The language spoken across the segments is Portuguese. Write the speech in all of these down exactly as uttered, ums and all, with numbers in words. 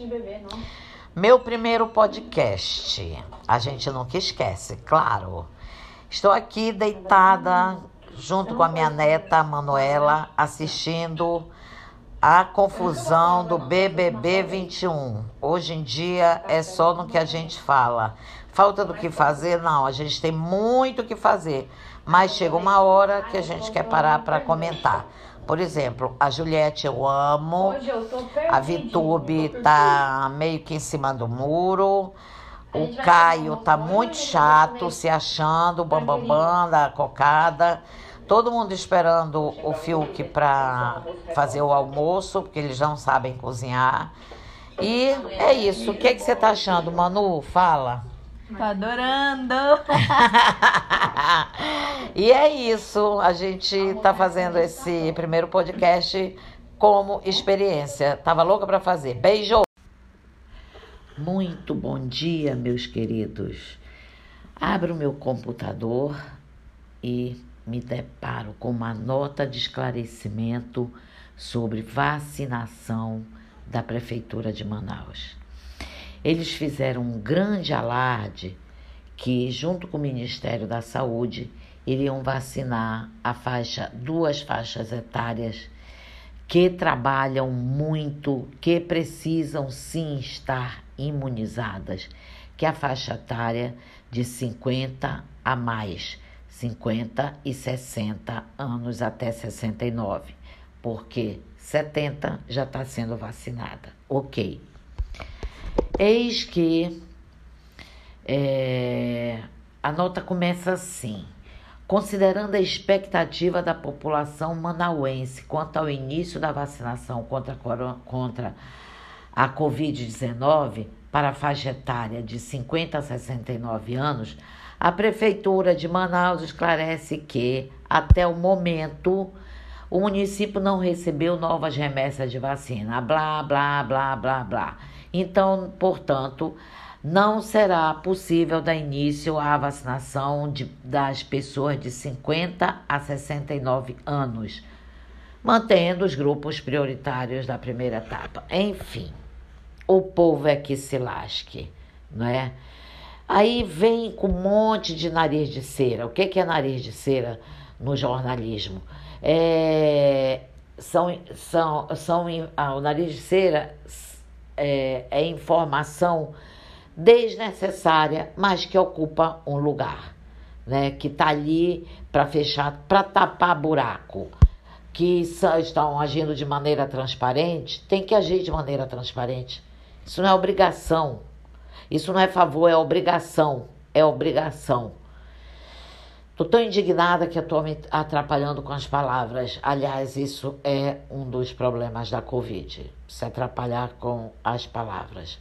de bebê, não? Meu primeiro podcast. A gente nunca esquece, claro. Estou aqui deitada junto com a minha neta, Manuela, assistindo a confusão do B B B vinte e um. Hoje em dia é só no que a gente fala. Falta do que fazer? Não, a gente tem muito o que fazer. Mas chega uma hora que a gente quer parar para comentar. Por exemplo, a Juliette eu amo, a Vitube tá meio que em cima do muro, o Caio tá muito chato, se achando, o bambambam da cocada, todo mundo esperando o Fiuk para fazer o almoço, porque eles não sabem cozinhar. E é isso. O que, é que você tá achando, Manu? Fala. Tô adorando! E é isso, a gente tá fazendo esse primeiro podcast como experiência. Tava louca para fazer. Beijo! Muito bom dia, meus queridos. Abro o meu computador e me deparo com uma nota de esclarecimento sobre vacinação da Prefeitura de Manaus. Eles fizeram um grande alarde que, junto com o Ministério da Saúde, iriam vacinar a faixa, duas faixas etárias que trabalham muito, que precisam sim estar imunizadas, que é a faixa etária de cinquenta a mais, cinquenta e sessenta anos até sessenta e nove, porque setenta já está sendo vacinada. Ok. Eis que é, a nota começa assim. Considerando a expectativa da população manauense quanto ao início da vacinação contra a, contra a covid dezenove para a faixa etária de cinquenta a sessenta e nove anos, a Prefeitura de Manaus esclarece que, até o momento, o município não recebeu novas remessas de vacina. Blá, blá, blá, blá, blá. Então, portanto, não será possível dar início à vacinação de, das pessoas de cinquenta a sessenta e nove anos, mantendo os grupos prioritários da primeira etapa. Enfim, o povo é que se lasque, não é? Aí vem com um monte de nariz de cera. O que é nariz de cera no jornalismo? É, são, são, são, ah, o nariz de cera é, é informação desnecessária, mas que ocupa um lugar, né? Que está ali para fechar, para tapar buraco, que estão agindo de maneira transparente, tem que agir de maneira transparente. Isso não é obrigação, isso não é favor, é obrigação, é obrigação. Estou tão indignada que estou me atrapalhando com as palavras. Aliás, isso é um dos problemas da Covid, se atrapalhar com as palavras.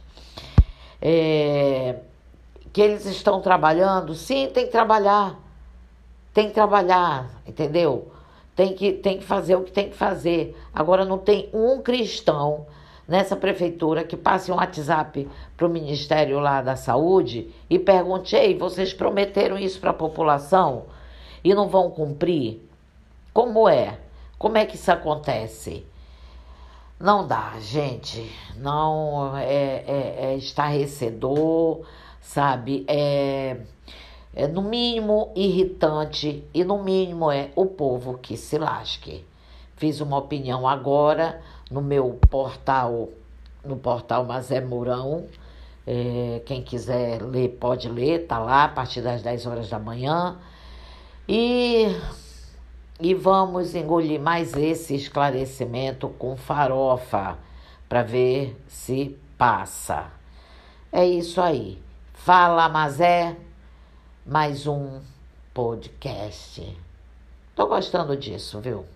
É, que eles estão trabalhando, sim, tem que trabalhar, tem que trabalhar, entendeu? Tem que, tem que fazer o que tem que fazer. Agora, não tem um cristão nessa prefeitura que passe um WhatsApp para o Ministério lá da Saúde e pergunte: ei, vocês prometeram isso para a população e não vão cumprir? Como é? Como é que isso acontece? Não dá, gente, não é, é, é estarrecedor, sabe, é, é no mínimo irritante e no mínimo é o povo que se lasque. Fiz uma opinião agora no meu portal, no portal Mazé Mourão, é, quem quiser ler pode ler, tá lá a partir das dez horas da manhã e... E vamos engolir mais esse esclarecimento com farofa para ver se passa. É isso aí. Fala, Mazé. Mais um podcast. Tô gostando disso, viu?